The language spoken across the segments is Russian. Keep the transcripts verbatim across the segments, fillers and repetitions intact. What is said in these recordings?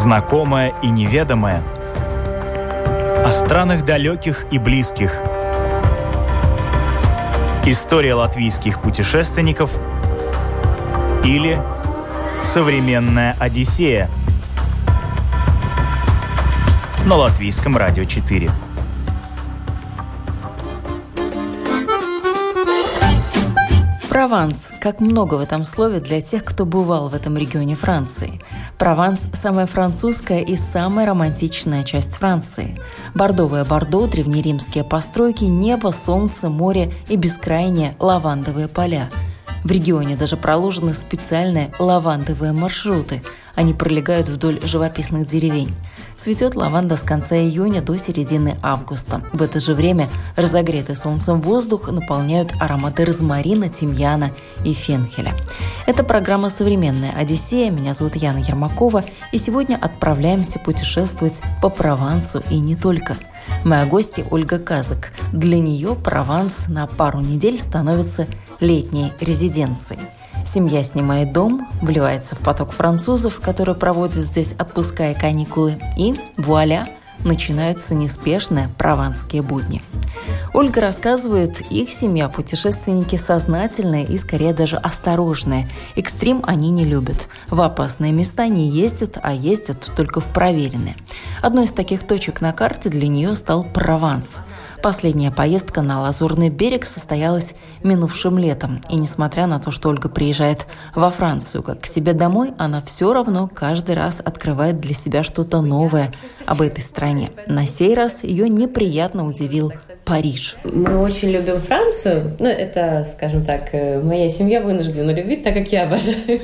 знакомое и неведомое, о странах далеких и близких. История латвийских путешественников или современная Одиссея на Латвийском радио четыре. Прованс. Как много в этом слове для тех, кто бывал в этом регионе Франции. Прованс – самая французская и самая романтичная часть Франции. Бордовое Бордо, древнеримские постройки, небо, солнце, море и бескрайние лавандовые поля. В регионе даже проложены специальные лавандовые маршруты. Они пролегают вдоль живописных деревень. Цветет лаванда с конца июня до середины августа. В это же время разогретый солнцем воздух наполняют ароматы розмарина, тимьяна и фенхеля. Это программа «Современная Одиссея». Меня зовут Яна Ермакова. И сегодня отправляемся путешествовать по Провансу и не только. Моя гостья Ольга Казак. Для нее Прованс на пару недель становится летней резиденцией. Семья снимает дом, вливается в поток французов, которые проводят здесь отпуска и каникулы, и вуаля, начинаются неспешные прованские будни. Ольга рассказывает, их семья путешественники сознательные и скорее даже осторожные. Экстрим они не любят. В опасные места не ездят, а ездят только в проверенные. Одной из таких точек на карте для нее стал Прованс. Последняя поездка на Лазурный берег состоялась минувшим летом. И несмотря на то, что Ольга приезжает во Францию как к себе домой, она все равно каждый раз открывает для себя что-то новое об этой стране. На сей раз ее неприятно удивил Париж. Мы очень любим Францию. Ну, это, скажем так, моя семья вынуждена любить, так как я обожаю.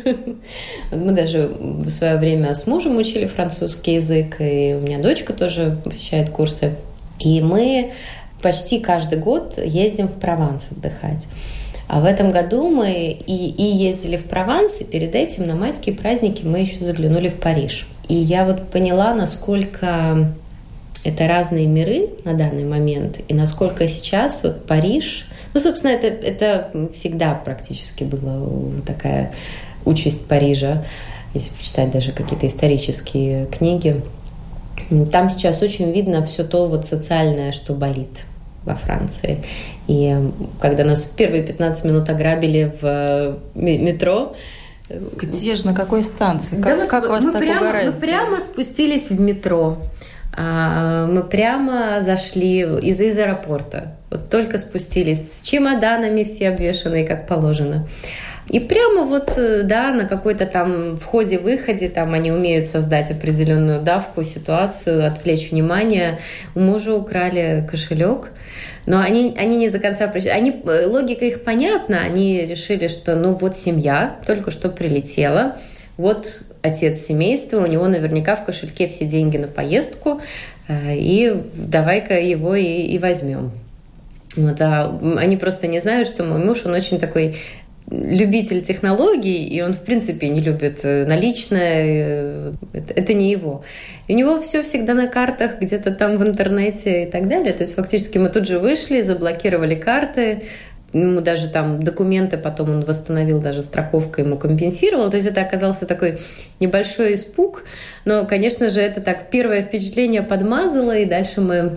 Мы даже в свое время с мужем учили французский язык, и у меня дочка тоже посещает курсы. И мы почти каждый год ездим в Прованс отдыхать. А в этом году мы и, и ездили в Прованс, и перед этим на майские праздники мы еще заглянули в Париж. И я вот поняла, насколько это разные миры на данный момент, и насколько сейчас вот Париж... Ну, собственно, это, это всегда практически была такая участь Парижа, если почитать даже какие-то исторические книги. Там сейчас очень видно все то вот социальное, что болит во Франции. И когда нас в первые пятнадцать минут ограбили в метро... Где же, на какой станции? Как, да, как мы, вас мы так прямо, угораздило? Мы прямо спустились в метро. Мы прямо зашли из, из аэропорта. Вот только спустились с чемоданами все обвешанные, как положено. И прямо вот, да, на какой-то там входе-выходе там они умеют создать определенную давку, ситуацию, отвлечь внимание. У мужа украли кошелек, но они, они не до конца... Они, логика их понятна, они решили, что ну вот семья только что прилетела, вот отец семейства, у него наверняка в кошельке все деньги на поездку, и давай-ка его и, и возьмем. Вот, а они просто не знают, что мой муж, он очень такой... любитель технологий, и он, в принципе, не любит наличное, это не его. И у него все всегда на картах, где-то там в интернете и так далее. То есть фактически мы тут же вышли, заблокировали карты, ему даже там документы потом он восстановил, даже страховка ему компенсировала. То есть это оказался такой небольшой испуг, но, конечно же, это так первое впечатление подмазало, и дальше мы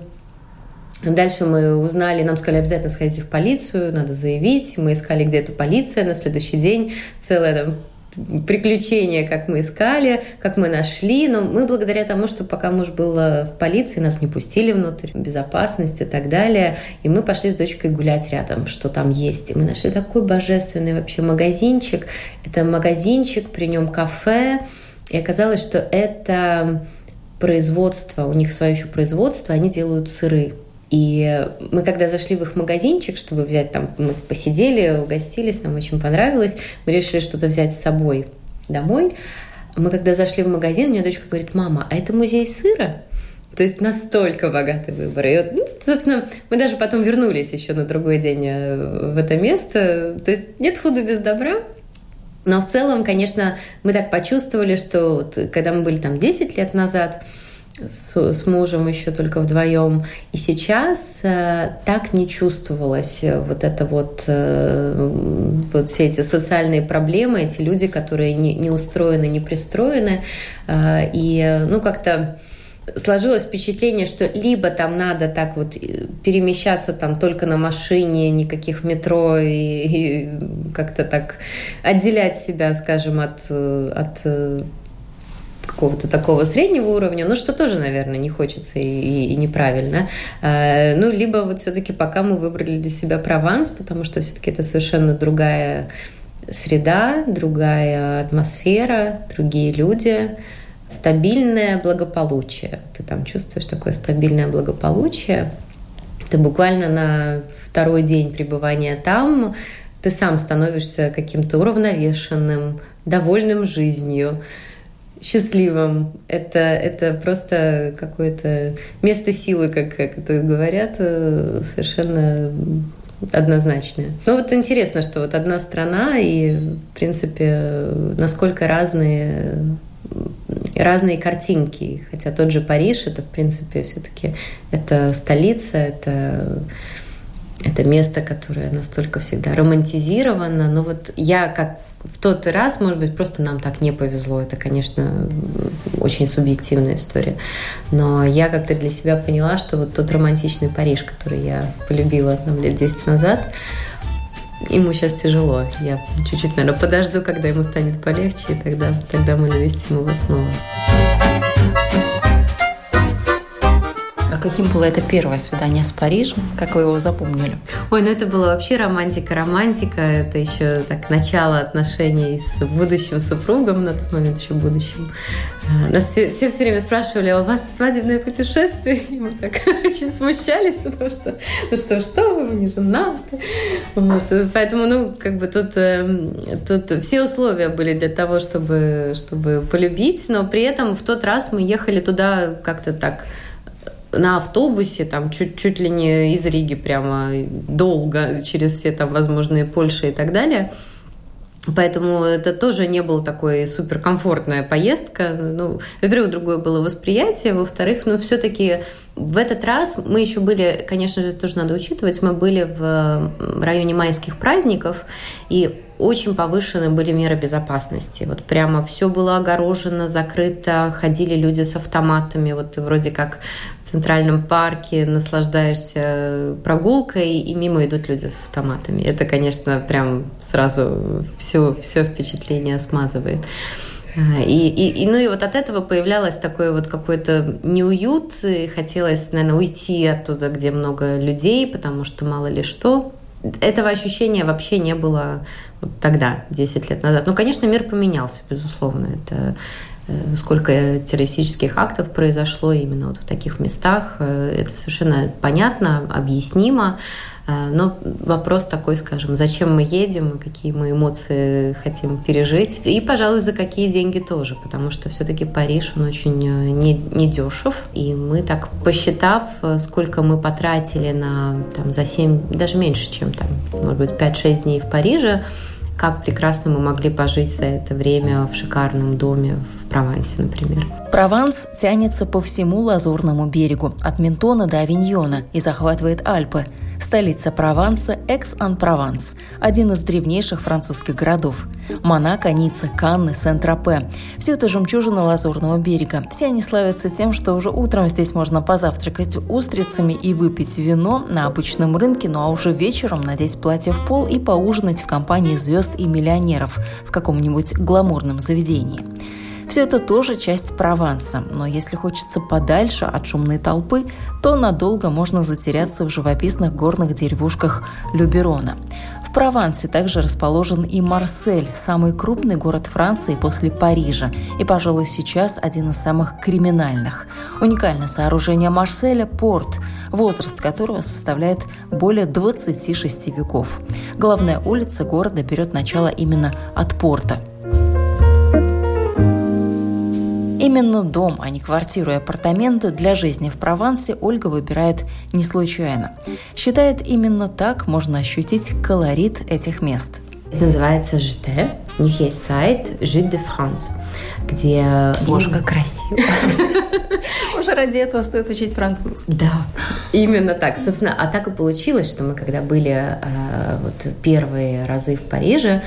Дальше мы узнали, нам сказали, обязательно сходите в полицию, надо заявить. Мы искали, где эта полиция на следующий день. Целое там приключение, как мы искали, как мы нашли. Но мы благодаря тому, что пока муж был в полиции, нас не пустили внутрь, безопасность и так далее. И мы пошли с дочкой гулять рядом, что там есть. И мы нашли такой божественный вообще магазинчик. Это магазинчик, при нем кафе. И оказалось, что это производство, у них свое еще производство, они делают сыры. И мы, когда зашли в их магазинчик, чтобы взять там, мы посидели, угостились, нам очень понравилось, мы решили что-то взять с собой домой. Мы, когда зашли в магазин, у меня дочка говорит: мама, а это музей сыра? То есть настолько богатый выбор. И вот, ну, собственно, мы даже потом вернулись еще на другой день в это место. То есть нет худа без добра. Но в целом, конечно, мы так почувствовали, что вот, когда мы были там десять лет назад, с, с мужем еще только вдвоем. И сейчас э, так не чувствовалось вот это вот, э, вот все эти социальные проблемы, эти люди, которые не, не устроены, не пристроены. Э, и, ну, как-то сложилось впечатление, что либо там надо так вот перемещаться там только на машине, никаких метро, и, и как-то так отделять себя, скажем, от, от какого-то такого среднего уровня, ну, что тоже, наверное, не хочется и, и, и неправильно. А, ну, либо вот все-таки пока мы выбрали для себя Прованс, потому что все-таки это совершенно другая среда, другая атмосфера, другие люди, стабильное благополучие. Ты там чувствуешь такое стабильное благополучие. Ты буквально на второй день пребывания там ты сам становишься каким-то уравновешенным, довольным жизнью, счастливым. Это, это просто какое-то место силы, как, как это говорят, совершенно однозначное. Ну вот интересно, что вот одна страна и, в принципе, насколько разные разные картинки. Хотя тот же Париж, это, в принципе, все-таки это столица, это, это место, которое настолько всегда романтизировано. Но вот я как в тот раз, может быть, просто нам так не повезло. Это, конечно, очень субъективная история. Но я как-то для себя поняла, что вот тот романтичный Париж, который я полюбила там лет десять назад, ему сейчас тяжело. Я чуть-чуть, наверное, подожду, когда ему станет полегче, и тогда, тогда мы навестим его снова. А каким было это первое свидание с Парижем? Как вы его запомнили? Ой, ну это была вообще романтика-романтика. Это еще так начало отношений с будущим супругом, на тот момент еще будущим. Нас все все, все время спрашивали, а у вас свадебное путешествие? И мы так очень смущались, потому что, ну что, что, вы не женаты. Вот. Поэтому, ну, как бы тут, тут все условия были для того, чтобы, чтобы полюбить, но при этом в тот раз мы ехали туда как-то так на автобусе, там чуть, чуть ли не из Риги прямо долго, через все там возможные Польши и так далее. Поэтому это тоже не была такой суперкомфортная поездка. Ну, во-первых, другое было восприятие, во-вторых, ну, все-таки в этот раз мы еще были, конечно же, тоже надо учитывать, мы были в районе майских праздников, и очень повышены были меры безопасности. Вот прямо все было огорожено, закрыто, ходили люди с автоматами. Вот ты вроде как в Центральном парке наслаждаешься прогулкой, и мимо идут люди с автоматами. Это, конечно, прям сразу все, все впечатление смазывает. И, и, и, ну и вот от этого появлялось такой вот какой-то неуют, и хотелось, наверное, уйти оттуда, где много людей, потому что мало ли что. Этого ощущения вообще не было вот тогда, десять лет назад. Ну, конечно, мир поменялся, безусловно. Это э, сколько террористических актов произошло именно вот в таких местах. Э, это совершенно понятно, объяснимо. Э, но вопрос такой, скажем, зачем мы едем, какие мы эмоции хотим пережить. И, пожалуй, за какие деньги тоже. Потому что все-таки Париж, он очень недешев. И мы так, посчитав, сколько мы потратили на, там, за семь, даже меньше, чем там, может быть, пять-шесть дней в Париже, как прекрасно мы могли пожить за это время в шикарном доме в Провансе, например. Прованс тянется по всему Лазурному берегу, от Ментона до Авиньона, и захватывает Альпы. Столица Прованса – Экс-ан-Прованс, один из древнейших французских городов. Монако, Ницца, Канны, Сен-Тропе – все это жемчужина Лазурного берега. Все они славятся тем, что уже утром здесь можно позавтракать устрицами и выпить вино на обычном рынке, ну а уже вечером надеть платье в пол и поужинать в компании звезд и миллионеров в каком-нибудь гламурном заведении. Все это тоже часть Прованса, но если хочется подальше от шумной толпы, то надолго можно затеряться в живописных горных деревушках Люберона. В Провансе также расположен и Марсель, самый крупный город Франции после Парижа, и, пожалуй, сейчас один из самых криминальных. Уникальное сооружение Марселя – порт, возраст которого составляет более двадцати шести веков. Главная улица города берет начало именно от порта. Именно дом, а не квартиру и апартаменты для жизни в Провансе Ольга выбирает не случайно. Считает, именно так можно ощутить колорит этих мест. Это называется «Жите». У них есть сайт «Жит де Франс», где... Боже, как красиво. Уже ради этого стоит учить французский. Да, именно так. Собственно, а так и получилось, что мы, когда были вот первые разы в Париже,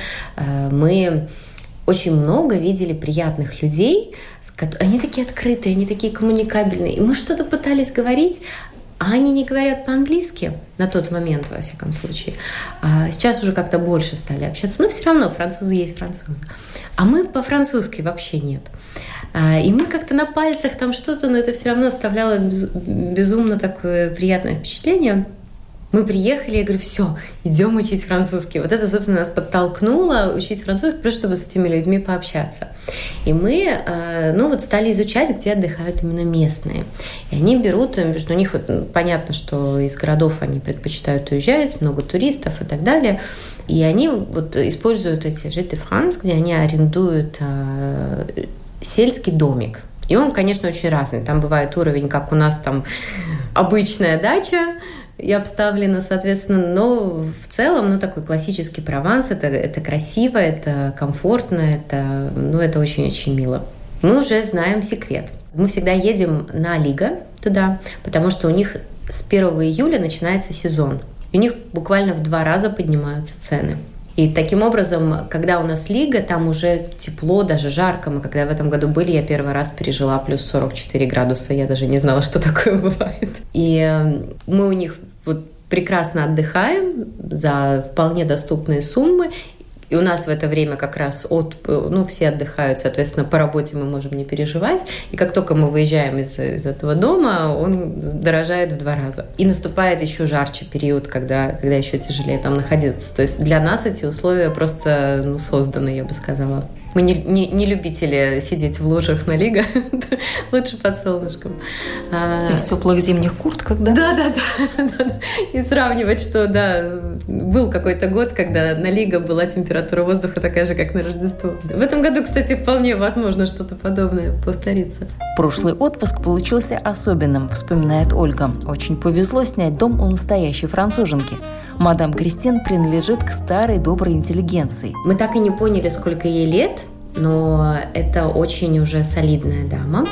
мы очень много видели приятных людей. Они такие открытые, они такие коммуникабельные. И мы что-то пытались говорить, а они не говорят по-английски на тот момент, во всяком случае. А сейчас уже как-то больше стали общаться. Но все равно французы есть французы. А мы по-французски вообще нет. И мы как-то на пальцах там что-то, но это все равно оставляло безумно такое приятное впечатление. Мы приехали, я говорю, все, идем учить французский. Вот это, собственно, нас подтолкнуло учить французский, просто чтобы с этими людьми пообщаться. И мы, ну, вот стали изучать, где отдыхают именно местные. И они берут, потому что у них вот, понятно, что из городов они предпочитают уезжать, много туристов и так далее. И они вот используют эти Gîtes de France, где они арендуют сельский домик. И он, конечно, очень разный. Там бывает уровень, как у нас там обычная дача, и обставлено, соответственно, но в целом, ну, такой классический Прованс, это, это красиво, это комфортно, это, ну, это очень-очень мило. Мы уже знаем секрет. Мы всегда едем на Лига туда, потому что у них с первого июля начинается сезон. И у них буквально в два раза поднимаются цены. И таким образом, когда у нас Лига, там уже тепло, даже жарко. Мы когда в этом году были, я первый раз пережила плюс сорок четыре градуса. Я даже не знала, что такое бывает. И мы у них вот прекрасно отдыхаем за вполне доступные суммы. И у нас в это время как раз от, ну, все отдыхают, соответственно, по работе мы можем не переживать. И как только мы выезжаем из, из этого дома, он дорожает в два раза. И наступает еще жарче период, когда, когда еще тяжелее там находиться. То есть для нас эти условия просто, ну, созданы, я бы сказала. Мы не, не, не любители сидеть в лужах на Лига, лучше под солнышком. И в теплых зимних куртках, да? Да, да, да. И сравнивать, что, да, был какой-то год, когда на Лига была температура воздуха такая же, как на Рождество. В этом году, кстати, вполне возможно что-то подобное повторится. Прошлый отпуск получился особенным, вспоминает Ольга. Очень повезло снять дом у настоящей француженки. Мадам Кристин принадлежит к старой доброй интеллигенции. Мы так и не поняли, сколько ей лет, но это очень уже солидная дама.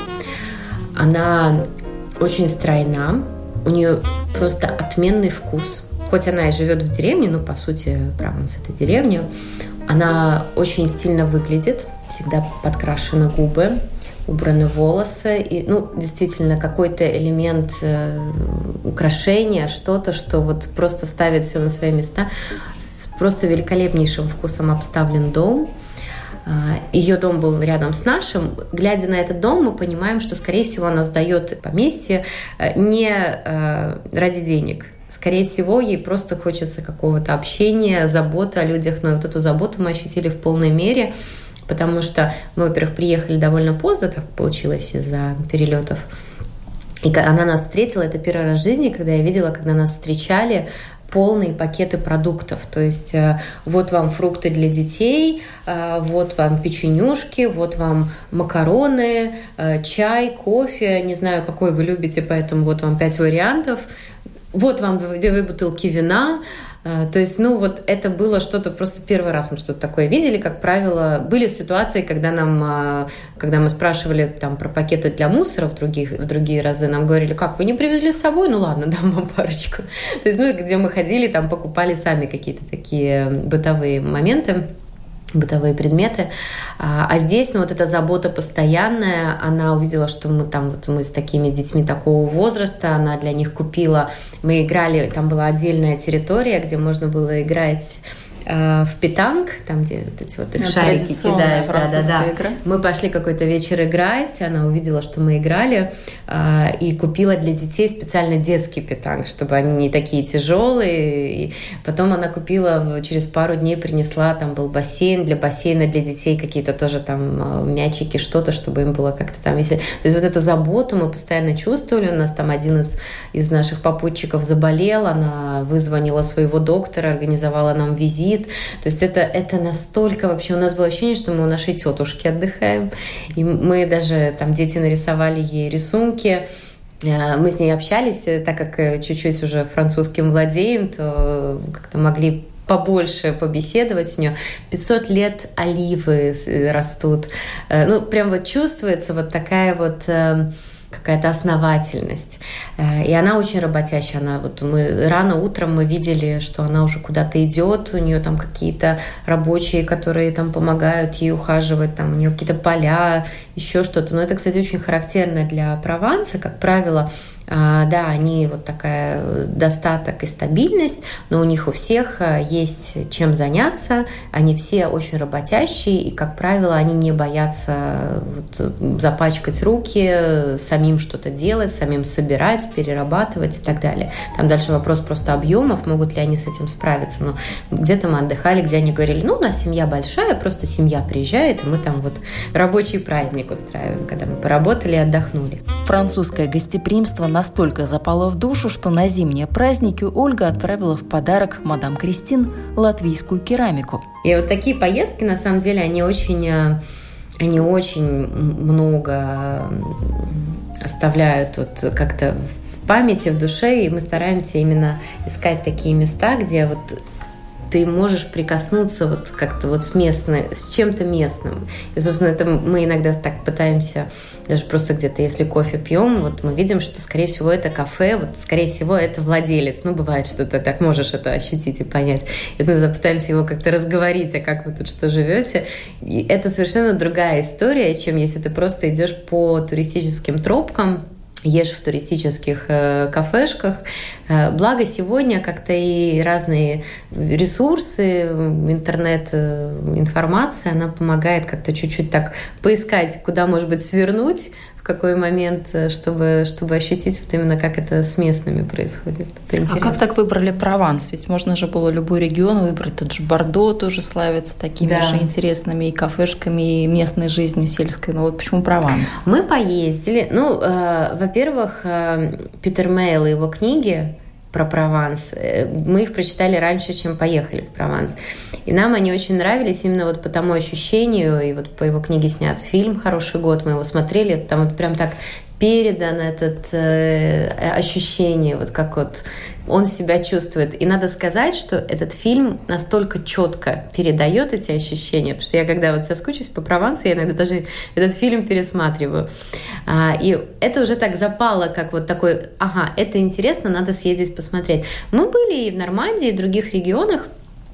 Она очень стройна, у нее просто отменный вкус. Хоть она и живет в деревне, но по сути Прованс – это деревня, она очень стильно выглядит, всегда подкрашены губы, убраны волосы, и, ну, действительно, какой-то элемент э, украшения, что-то, что вот просто ставит все на свои места. С просто великолепнейшим вкусом обставлен дом. Ее дом был рядом с нашим. Глядя на этот дом, мы понимаем, что, скорее всего, она сдает поместье не ради денег. Скорее всего, ей просто хочется какого-то общения, заботы о людях. Но вот эту заботу мы ощутили в полной мере, потому что мы, во-первых, приехали довольно поздно, так получилось из-за перелетов. И она нас встретила, это первый раз в жизни, когда я видела, когда нас встречали полные пакеты продуктов. То есть вот вам фрукты для детей, вот вам печенюшки, вот вам макароны, чай, кофе. Не знаю, какой вы любите, поэтому вот вам пять вариантов. Вот вам две бутылки вина. То есть, ну, вот это было что-то, просто первый раз мы что-то такое видели. Как правило, были ситуации, когда нам, когда мы спрашивали там про пакеты для мусора в, других, в другие разы, нам говорили, как, вы не привезли с собой? Ну, ладно, дам вам парочку. То есть, ну, где мы ходили, там покупали сами какие-то такие бытовые моменты, бытовые предметы. А здесь, ну, вот эта забота постоянная, она увидела, что мы там, вот мы с такими детьми такого возраста, она для них купила, мы играли, там была отдельная территория, где можно было играть в питанг, там, где вот эти вот их шарики кидаешь. Да, да, да. Игра. Мы пошли какой-то вечер играть, она увидела, что мы играли, и купила для детей специально детский питанг, чтобы они не такие тяжелые. И потом она купила, через пару дней принесла, там был бассейн, для бассейна для детей какие-то тоже там мячики, что-то, чтобы им было как-то там весело. То есть вот эту заботу мы постоянно чувствовали. У нас там один из, из наших попутчиков заболел, она вызвонила своего доктора, организовала нам визит. То есть это, это настолько вообще... У нас было ощущение, что мы у нашей тетушки отдыхаем. И мы даже... Там дети нарисовали ей рисунки. Мы с ней общались, так как чуть-чуть уже французским владеем, то как-то могли побольше побеседовать у нее. пятьсот лет оливы растут. Ну, прям вот чувствуется вот такая вот какая-то основательность. И она очень работящая. Она, вот мы рано утром мы видели, что она уже куда-то идет, у нее там какие-то рабочие, которые там помогают ей ухаживать, там у нее какие-то поля, еще что-то. Но это, кстати, очень характерно для Прованса. Как правило, да, они вот такая достаток и стабильность, но у них у всех есть чем заняться, они все очень работящие, и, как правило, они не боятся вот запачкать руки, самим что-то делать, самим собирать, перерабатывать и так далее. Там дальше вопрос просто объемов, могут ли они с этим справиться. Но где-то мы отдыхали, где они говорили, ну, у нас семья большая, просто семья приезжает, и мы там вот рабочий праздник устраиваем, когда мы поработали и отдохнули. Французское гостеприимство настолько запало в душу, что на зимние праздники Ольга отправила в подарок мадам Кристин латвийскую керамику. И вот такие поездки, на самом деле, они очень, они очень много оставляют вот как-то в памяти, в душе, и мы стараемся именно искать такие места, где вот ты можешь прикоснуться вот как-то вот с местной, с чем-то местным. И, собственно, это мы иногда так пытаемся, даже просто где-то, если кофе пьем, вот мы видим, что, скорее всего, это кафе, вот, скорее всего, это владелец. Ну, бывает, что ты так можешь это ощутить и понять. И мы тогда пытаемся его как-то разговорить, а как вы тут что живете. И это совершенно другая история, чем если ты просто идешь по туристическим тропкам, ешь в туристических э, кафешках. Э, благо сегодня как-то и разные ресурсы, интернет-информация, она помогает как-то чуть-чуть так поискать, куда, может быть, свернуть, в какой момент, чтобы, чтобы ощутить вот именно, как это с местными происходит. А как так выбрали Прованс? Ведь можно же было любой регион выбрать. Тот же Бордо тоже славится такими да. же интересными и кафешками, и местной жизнью сельской. Но вот почему Прованс? Мы поездили. Ну, э, во-первых, э, Питер Мейл и его книги про Прованс, э, мы их прочитали раньше, чем поехали в Прованс. И нам они очень нравились именно вот по тому ощущению, и вот по его книге снят фильм «Хороший год», мы его смотрели, там вот прям так передан этот э, ощущение, вот как вот он себя чувствует. И надо сказать, что этот фильм настолько четко передает эти ощущения, потому что я когда вот соскучусь по Провансу, я иногда даже этот фильм пересматриваю. А, и это уже так запало, как вот такой, ага, это интересно, надо съездить посмотреть. Мы были и в Нормандии, и в других регионах,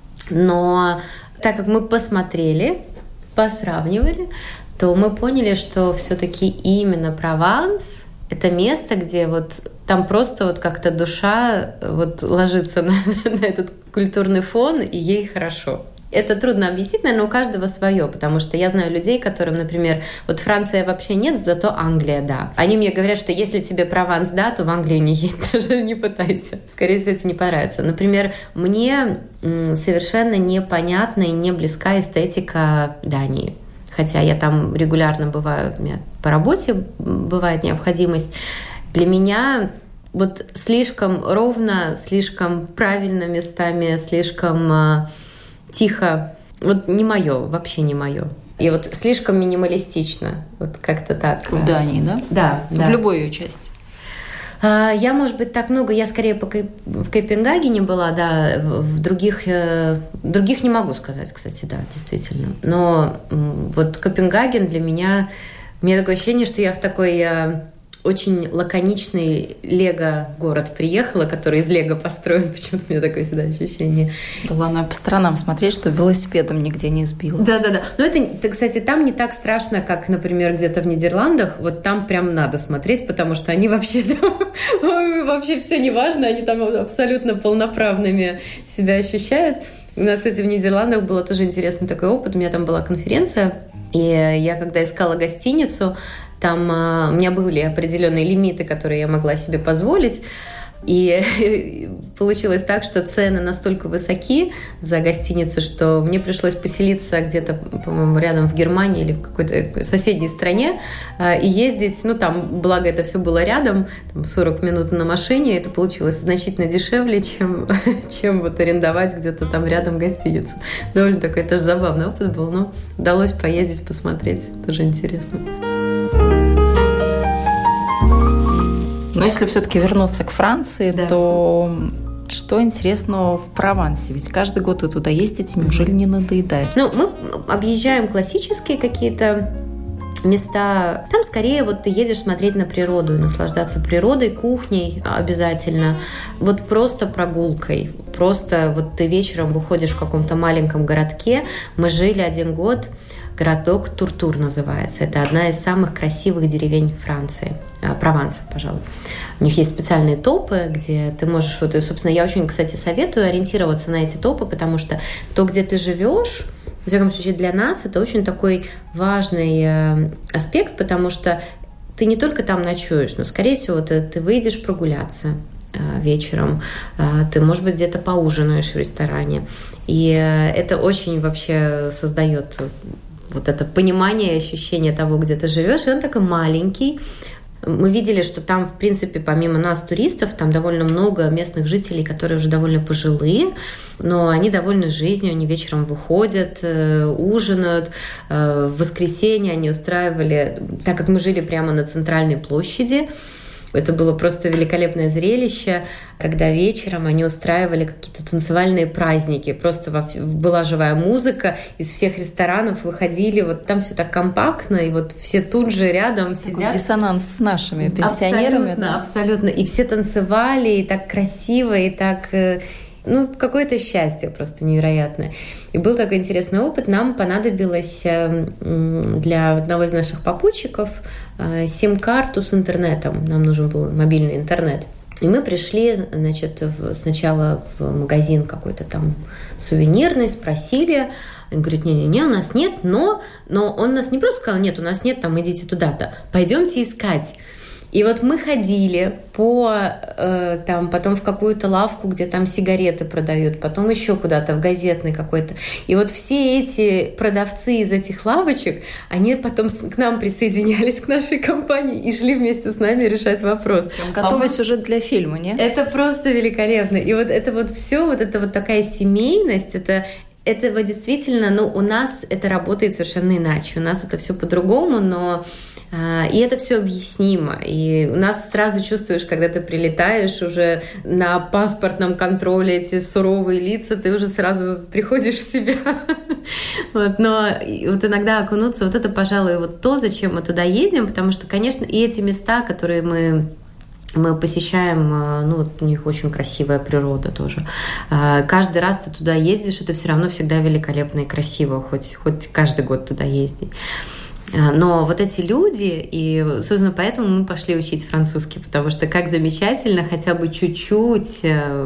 но так как мы посмотрели, посравнивали, то мы поняли, что все-таки именно Прованс — это место, где вот там просто вот как-то душа вот ложится на, на этот культурный фон, и ей хорошо. Это трудно объяснить, наверное, у каждого свое, потому что я знаю людей, которым, например, вот Франция вообще нет, зато Англия — да. Они мне говорят, что если тебе Прованс да, то в Англию не едь, даже не пытайся. Скорее всего, это не понравится. Например, мне совершенно непонятна и не близка эстетика Дании. Хотя я там регулярно бываю, у меня по работе бывает необходимость. Для меня вот слишком ровно, слишком правильно местами, слишком э, тихо. Вот не мое, вообще не мое. И вот слишком минималистично. Вот как-то так. В Дании, да? Да. В да. любой ее части. Я, может быть, так много, я скорее по Кип... в Копенгагене была, да, в других, э, других не могу сказать, кстати, да, действительно. Но вот Копенгаген для меня, у меня такое ощущение, что я в такой э, очень лаконичный лего-город приехала, который из лего построен, почему-то у меня такое всегда ощущение. Да ладно, по сторонам смотреть, что велосипедом нигде не сбила. Да-да-да. Но это, кстати, там не так страшно, как, например, где-то в Нидерландах. Вот там прям надо смотреть, потому что они вообще там, вообще все не важно, они там абсолютно полноправными себя ощущают. У нас, кстати, в Нидерландах был тоже интересный такой опыт. У меня там была конференция, и я, когда искала гостиницу, там uh, у меня были определенные лимиты, которые я могла себе позволить. И получилось так, что цены настолько высоки за гостиницу, что мне пришлось поселиться где-то, по-моему, рядом в Германии или в какой-то соседней стране и ездить. Ну, там, благо, это все было рядом, там сорок минут на машине. Это получилось значительно дешевле, чем, чем вот арендовать где-то там рядом гостиницу. Довольно такой тоже забавный опыт был, но удалось поездить, посмотреть. Тоже интересно. Но если все-таки вернуться к Франции, да. то что интересного в Провансе? Ведь каждый год вы туда ездите, неужели не надоедает? Ну, мы объезжаем классические какие-то места. Там скорее вот ты едешь смотреть на природу и наслаждаться природой, кухней обязательно. Вот просто прогулкой. Просто вот ты вечером выходишь в каком-то маленьком городке. Мы жили один год. Городок Туртур называется. Это одна из самых красивых деревень Франции. Прованса, пожалуй. У них есть специальные топы, где ты можешь... Вот, и, собственно, я очень, кстати, советую ориентироваться на эти топы, потому что то, где ты живешь, в всяком случае, для нас это очень такой важный аспект, потому что ты не только там ночуешь, но, скорее всего, ты, ты выйдешь прогуляться вечером, ты, может быть, где-то поужинаешь в ресторане. И это очень вообще создает вот это понимание и ощущение того, где ты живешь. И он такой маленький. Мы видели, что там, в принципе, помимо нас, туристов, там довольно много местных жителей, которые уже довольно пожилые, но они довольны жизнью, они вечером выходят, ужинают. В воскресенье они устраивали, так как мы жили прямо на центральной площади, это было просто великолепное зрелище, когда вечером они устраивали какие-то танцевальные праздники. Просто во, была живая музыка, из всех ресторанов выходили. Вот там все так компактно, и вот все тут же рядом сидят. Такой диссонанс с нашими пенсионерами. Абсолютно, да? Абсолютно. И все танцевали, и так красиво, и так... Ну, какое-то счастье просто невероятное. И был такой интересный опыт. Нам понадобилось для одного из наших попутчиков сим-карту с интернетом. Нам нужен был мобильный интернет. И мы пришли, значит, в, сначала в магазин какой-то там сувенирный, спросили. Он говорит, не-не-не, у нас нет, но, но он нас не просто сказал, нет, у нас нет, там, идите туда-то. Пойдемте искать. И вот мы ходили по, э, там, потом в какую-то лавку, где там сигареты продают, потом еще куда-то, в газетный какой-то. И вот все эти продавцы из этих лавочек, они потом к нам присоединялись, к нашей компании, и шли вместе с нами решать вопрос. Прям готовый а сюжет для фильма, не? Это просто великолепно. И вот это вот все, вот это вот такая семейность, это... Этого действительно, ну, у нас это работает совершенно иначе. У нас это все по-другому, но э, и это все объяснимо. И у нас сразу чувствуешь, когда ты прилетаешь уже на паспортном контроле, эти суровые лица, ты уже сразу приходишь в себя. Вот, но вот иногда окунуться, вот это, пожалуй, вот то, зачем мы туда едем, потому что, конечно, и эти места, которые мы Мы посещаем, ну, вот у них очень красивая природа тоже. Каждый раз ты туда ездишь, это все равно всегда великолепно и красиво, хоть, хоть каждый год туда ездить. Но вот эти люди, и, собственно, поэтому мы пошли учить французский, потому что как замечательно хотя бы чуть-чуть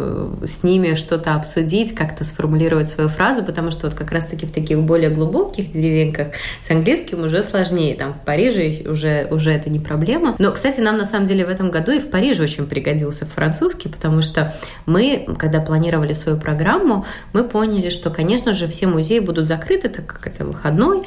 с ними что-то обсудить, как-то сформулировать свою фразу, потому что вот как раз-таки в таких более глубоких деревеньках с английским уже сложнее. Там в Париже уже, уже это не проблема. Но, кстати, нам на самом деле в этом году и в Париже очень пригодился французский, потому что мы, когда планировали свою программу, мы поняли, что, конечно же, все музеи будут закрыты, так как это выходной.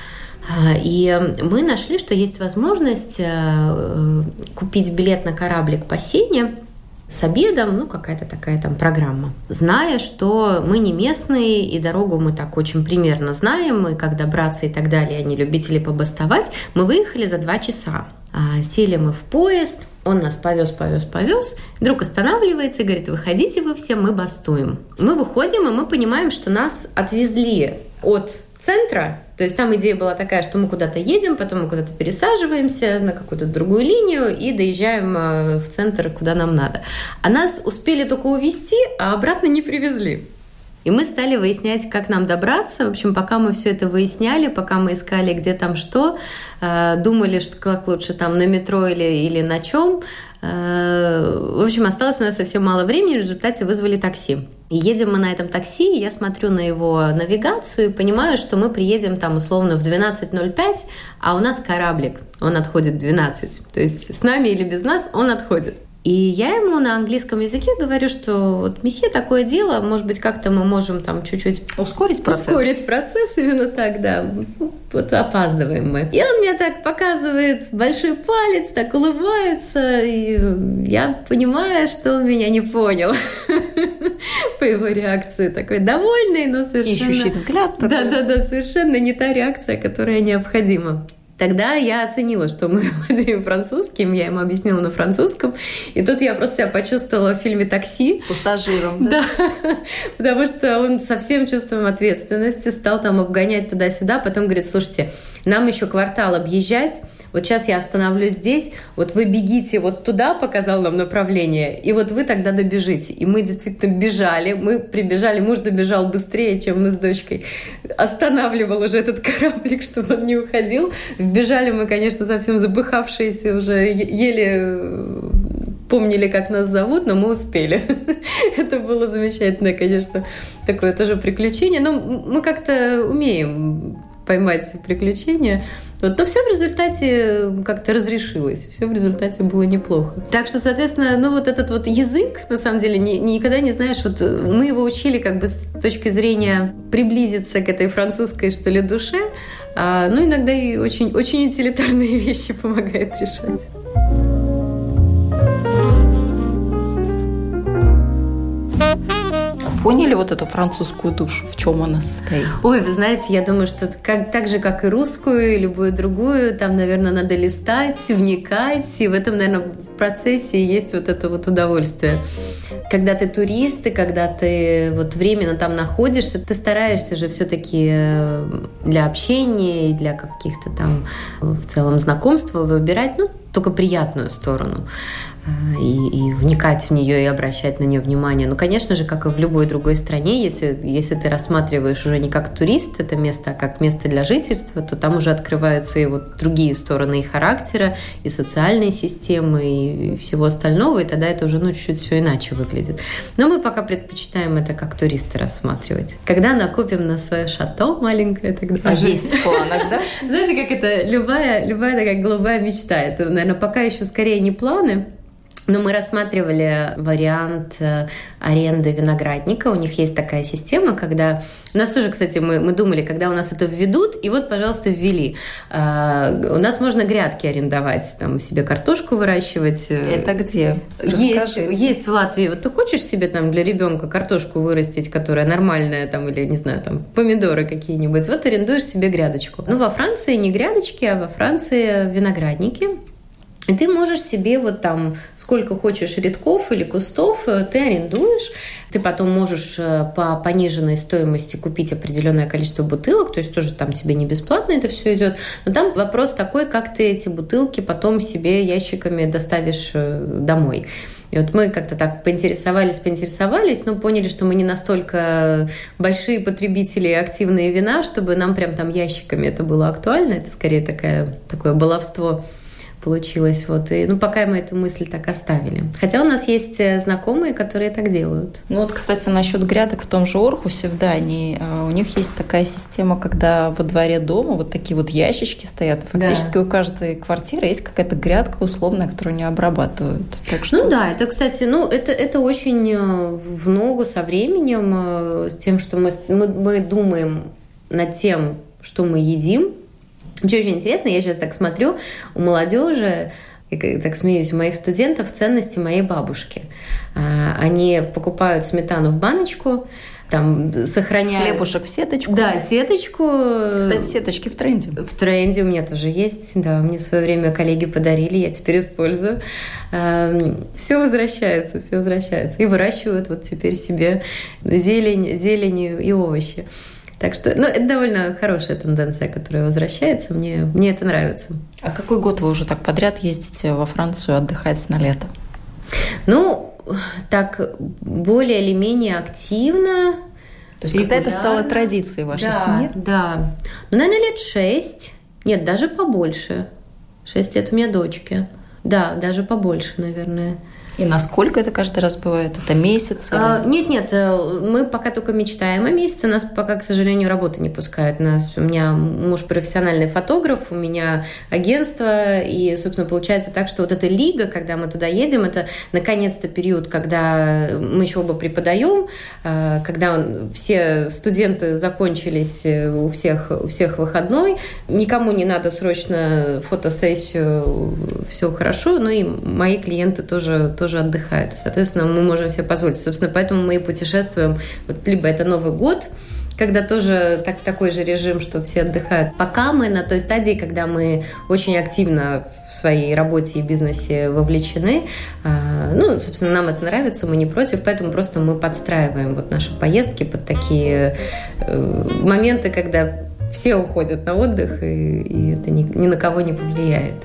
И мы нашли, что есть возможность купить билет на кораблик по Сене с обедом, ну, какая-то такая там программа. Зная, что мы не местные, и дорогу мы так очень примерно знаем, и как добраться и так далее, они любители побастовать, мы выехали за два часа. Сели мы в поезд, он нас повез, повез, повез, вдруг останавливается и говорит, выходите вы все, мы бастуем. Мы выходим, и мы понимаем, что нас отвезли от центра, то есть там идея была такая, что мы куда-то едем, потом мы куда-то пересаживаемся на какую-то другую линию и доезжаем в центр, куда нам надо. А нас успели только увезти, а обратно не привезли. И мы стали выяснять, как нам добраться. В общем, пока мы все это выясняли, пока мы искали, где там что, думали, что как лучше там на метро или, или на чем. В общем, осталось у нас совсем мало времени, в результате вызвали такси. И едем мы на этом такси, и я смотрю на его навигацию и понимаю, что мы приедем там условно в двенадцать ноль пять, а у нас кораблик, он отходит в двенадцать. То есть с нами или без нас он отходит. И я ему на английском языке говорю, что вот, месье, такое дело, может быть, как-то мы можем там чуть-чуть ускорить процесс. Ускорить процесс, именно так, да. Вот опаздываем мы. И он мне так показывает большой палец, так улыбается, и я понимаю, что он меня не понял по его реакции. Такой довольный, но совершенно... Ищущий взгляд. Да-да-да, совершенно не та реакция, которая необходима. Тогда я оценила, что мы владеем французским, я ему объяснила на французском, и тут я просто себя почувствовала в фильме «Такси». Пассажиром, да? Да, потому что он со всем чувством ответственности стал там обгонять туда-сюда, потом говорит: слушайте, нам еще квартал объезжать, вот сейчас я остановлюсь здесь, вот вы бегите вот туда, показал нам направление, и вот вы тогда добежите. И мы действительно бежали, мы прибежали, муж добежал быстрее, чем мы с дочкой. Останавливал уже этот кораблик, чтобы он не уходил. Вбежали мы, конечно, совсем запыхавшиеся, уже еле помнили, как нас зовут, но мы успели. Это было замечательное, конечно, такое тоже приключение. Но мы как-то умеем поймать приключения. Вот, то все в результате как-то разрешилось. Все в результате было неплохо. Так что, соответственно, ну вот этот вот язык, на самом деле, ни, никогда не знаешь, вот мы его учили как бы с точки зрения приблизиться к этой французской, что ли, душе, а, ну, иногда и очень, очень утилитарные вещи помогает решать. Поняли вот эту французскую душу, в чем она состоит? Ой, вы знаете, я думаю, что как, так же, как и русскую, и любую другую, там, наверное, надо листать, вникать, и в этом, наверное, в процессе есть вот это вот удовольствие. Когда ты турист, и когда ты вот временно там находишься, ты стараешься же все-таки для общения и для каких-то там в целом знакомств выбирать, ну, только приятную сторону. И, и вникать в нее и обращать на нее внимание. Ну, конечно же, как и в любой другой стране, если, если ты рассматриваешь уже не как турист это место, а как место для жительства, то там уже открываются и вот другие стороны и характера, и социальной системы, и всего остального, и тогда это уже ну, чуть-чуть все иначе выглядит. Но мы пока предпочитаем это как туристы рассматривать. Когда накопим на свое шато маленькое, тогда... А есть в планах, да? Знаете, как это любая, любая такая голубая мечта. Это, наверное, пока еще скорее не планы. Но мы рассматривали вариант аренды виноградника. У них есть такая система, когда... У нас тоже, кстати, мы, мы думали, когда у нас это введут, и вот, пожалуйста, ввели. Uh, у нас можно грядки арендовать, там себе картошку выращивать. Это где? Есть, есть в Латвии. Вот ты хочешь себе там для ребенка картошку вырастить, которая нормальная, там, или, не знаю, там, помидоры какие-нибудь, вот арендуешь себе грядочку. Ну, во Франции не грядочки, а во Франции виноградники. И ты можешь себе вот там сколько хочешь рядков или кустов, ты арендуешь. Ты потом можешь по пониженной стоимости купить определенное количество бутылок, то есть тоже там тебе не бесплатно это все идет. Но там вопрос такой, как ты эти бутылки потом себе ящиками доставишь домой. И вот мы как-то так поинтересовались, поинтересовались, но поняли, что мы не настолько большие потребители активные вина, чтобы нам прям там ящиками это было актуально. Это скорее такая, такое баловство получилось. Вот. И, ну, пока мы эту мысль так оставили. Хотя у нас есть знакомые, которые так делают. Ну вот, кстати, насчет грядок в том же Орхусе в Дании. У них есть такая система, когда во дворе дома вот такие вот ящички стоят. Фактически да. У каждой квартиры есть какая-то грядка условная, которую они обрабатывают. Так что... Ну да, это, кстати, ну, это, это очень в ногу со временем, с тем, что мы, мы, мы думаем над тем, что мы едим. Что очень интересно, я сейчас так смотрю, у молодежи, и так смеюсь, у моих студентов ценности моей бабушки. Они покупают сметану в баночку, там сохраняют... Хлебушек в сеточку. Да, сеточку. Кстати, сеточки в тренде. В тренде у меня тоже есть. Да, мне в свое время коллеги подарили, я теперь использую. Все возвращается, все возвращается. И выращивают вот теперь себе зелень, зелень и овощи. Так что, ну, это довольно хорошая тенденция, которая возвращается. Мне, мне это нравится. А какой год вы уже так подряд ездите во Францию отдыхать на лето? Ну, так более или менее активно. То есть когда это стало традицией в вашей да, семье? Да. Ну, наверное, лет шесть. Нет, даже побольше. Шесть лет у меня дочки. Да, даже побольше, наверное. И насколько это каждый раз бывает? Это месяц? А, нет, нет, мы пока только мечтаем о месяце. Нас пока, к сожалению, работа не пускает. Нас, у меня муж профессиональный фотограф, у меня агентство. И, собственно, получается так, что вот эта лига, когда мы туда едем, это наконец-то период, когда мы еще оба преподаем, когда все студенты закончились, у всех, у всех выходной. Никому не надо срочно фотосессию, все хорошо. Ну и мои клиенты тоже тоже отдыхают. Соответственно, мы можем себе позволить. Собственно, поэтому мы и путешествуем. Вот либо это Новый год, когда тоже так, такой же режим, что все отдыхают. Пока мы на той стадии, когда мы очень активно в своей работе и бизнесе вовлечены, ну, собственно, нам это нравится, мы не против, поэтому просто мы подстраиваем вот наши поездки под такие моменты, когда все уходят на отдых, и, и это ни, ни на кого не повлияет.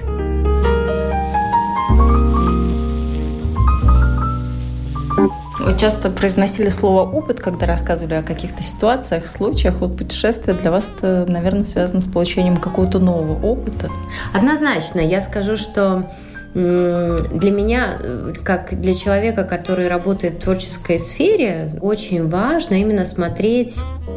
Вы часто произносили слово «опыт», когда рассказывали о каких-то ситуациях, случаях. Вот путешествие для вас, наверное, связано с получением какого-то нового опыта. Однозначно. Я скажу, что для меня, как для человека, который работает в творческой сфере, очень важно именно смотреть,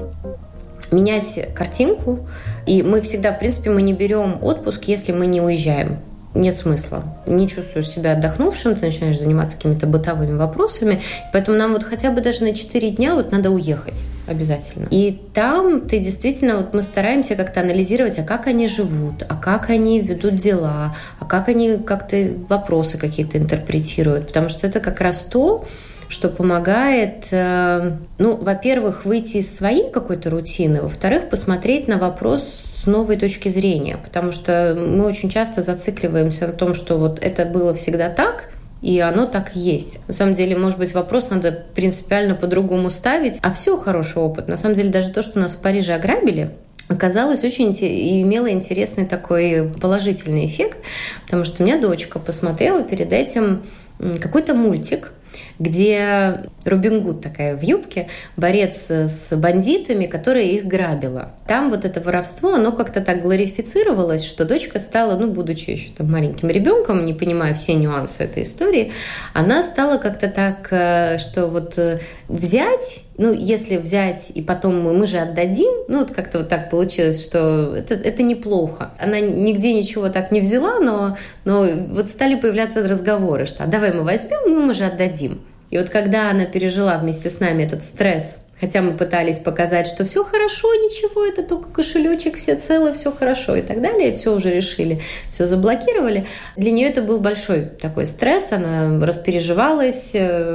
менять картинку. И мы всегда, в принципе, мы не берем отпуск, если мы не уезжаем. Нет смысла. Не чувствуешь себя отдохнувшим, ты начинаешь заниматься какими-то бытовыми вопросами. Поэтому нам вот хотя бы даже на четыре дня вот надо уехать обязательно. И там ты действительно, вот мы стараемся как-то анализировать, а как они живут, а как они ведут дела, а как они как-то вопросы какие-то интерпретируют. Потому что это как раз то, что помогает, ну, во-первых, выйти из своей какой-то рутины, во-вторых, посмотреть на вопрос с новой точки зрения, потому что мы очень часто зацикливаемся на том, что вот это было всегда так, и оно так и есть. На самом деле, может быть, вопрос надо принципиально по-другому ставить, а все хороший опыт. На самом деле, даже то, что нас в Париже ограбили, оказалось очень и имело интересный такой положительный эффект, потому что у меня дочка посмотрела перед этим какой-то мультик, где Робин Гуд такая в юбке, борец с бандитами, которая их грабила. Там вот это воровство, оно как-то так глорифицировалось, что дочка стала, ну, будучи еще там маленьким ребенком, не понимая все нюансы этой истории, она стала как-то так, что вот взять, ну, если взять и потом мы, мы же отдадим, ну, вот как-то вот так получилось, что это, это неплохо. Она нигде ничего так не взяла, но, но вот стали появляться разговоры, что а давай мы возьмем, ну, мы же отдадим. И вот когда она пережила вместе с нами этот стресс, хотя мы пытались показать, что все хорошо, ничего, это только кошелечек, все целы, все хорошо и так далее, все уже решили, все заблокировали. Для нее это был большой такой стресс, она распереживалась.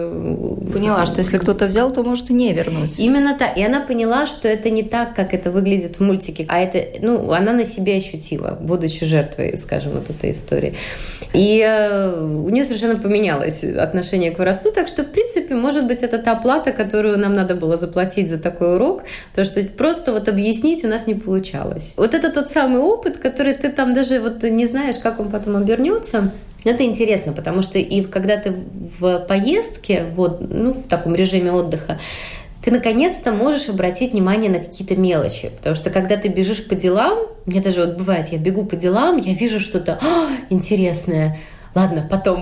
Поняла, что если кто-то взял, то может и не вернуть. Именно так. И она поняла, что это не так, как это выглядит в мультике, а это, ну, она на себе ощутила, будучи жертвой, скажем, вот этой истории. И у нее совершенно поменялось отношение к воровству, так что, в принципе, может быть, это та плата, которую нам надо было заплатить платить за такой урок, потому что просто вот объяснить у нас не получалось. Вот это тот самый опыт, который ты там даже вот не знаешь, как он потом обернется. Но это интересно, потому что и когда ты в поездке, вот, ну, в таком режиме отдыха, ты наконец-то можешь обратить внимание на какие-то мелочи. Потому что когда ты бежишь по делам, мне даже вот бывает, я бегу по делам, я вижу что-то интересное, ладно, потом.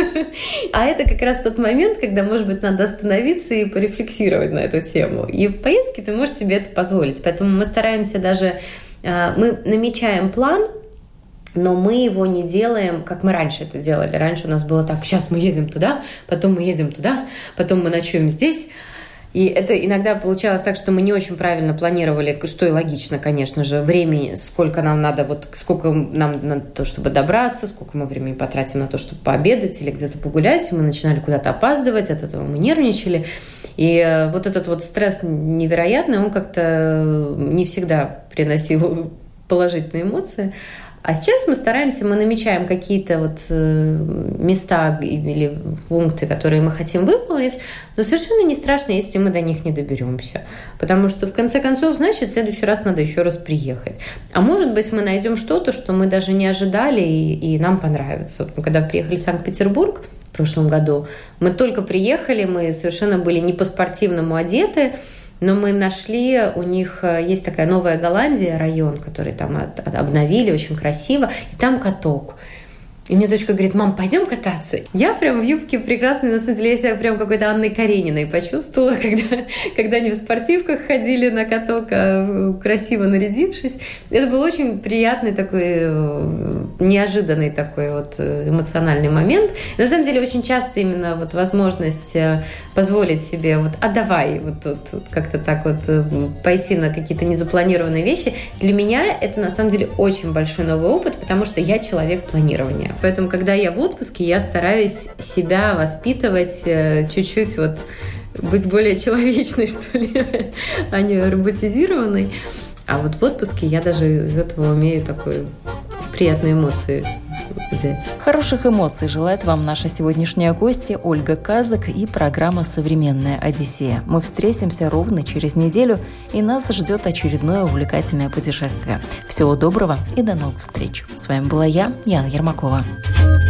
А это как раз тот момент, когда, может быть, надо остановиться и порефлексировать на эту тему. И в поездке ты можешь себе это позволить. Поэтому мы стараемся даже... Мы намечаем план, но мы его не делаем, как мы раньше это делали. Раньше у нас было так, сейчас мы едем туда, потом мы едем туда, потом мы ночуем здесь. И это иногда получалось так, что мы не очень правильно планировали, что и логично, конечно же, времени, сколько нам надо, вот сколько нам на то, чтобы добраться, сколько мы времени потратим на то, чтобы пообедать или где-то погулять, и мы начинали куда-то опаздывать, от этого мы нервничали. И вот этот вот стресс невероятный, он как-то не всегда приносил положительные эмоции. А сейчас мы стараемся, мы намечаем какие-то вот места или пункты, которые мы хотим выполнить, но совершенно не страшно, если мы до них не доберемся. Потому что, в конце концов, значит, в следующий раз надо еще раз приехать. А может быть, мы найдем что-то, что мы даже не ожидали, и, и нам понравится. Вот мы когда приехали в Санкт-Петербург в прошлом году, мы только приехали, мы совершенно были не по-спортивному одеты, но мы нашли, у них есть такая Новая Голландия, район, который там от, от, обновили, очень красиво, и там каток. И мне дочка говорит: мам, пойдем кататься. Я прям в юбке прекрасной, на самом деле, я себя прям какой-то Анной Карениной почувствовала, когда, когда они в спортивках ходили на каток, а красиво нарядившись. Это был очень приятный такой, неожиданный такой вот эмоциональный момент. И на самом деле очень часто именно вот возможность позволить себе вот, а давай, вот, вот, вот как-то так вот пойти на какие-то незапланированные вещи, для меня это на самом деле очень большой новый опыт, потому что я человек планирования. Поэтому, когда я в отпуске, я стараюсь себя воспитывать чуть-чуть вот быть более человечной, что ли, а не роботизированной. А вот в отпуске я даже из этого умею такой приятные эмоции взять. Хороших эмоций желает вам наша сегодняшняя гостья Ольга Казак и программа «Современная Одиссея». Мы встретимся ровно через неделю, и нас ждет очередное увлекательное путешествие. Всего доброго и до новых встреч. С вами была я, Яна Ермакова.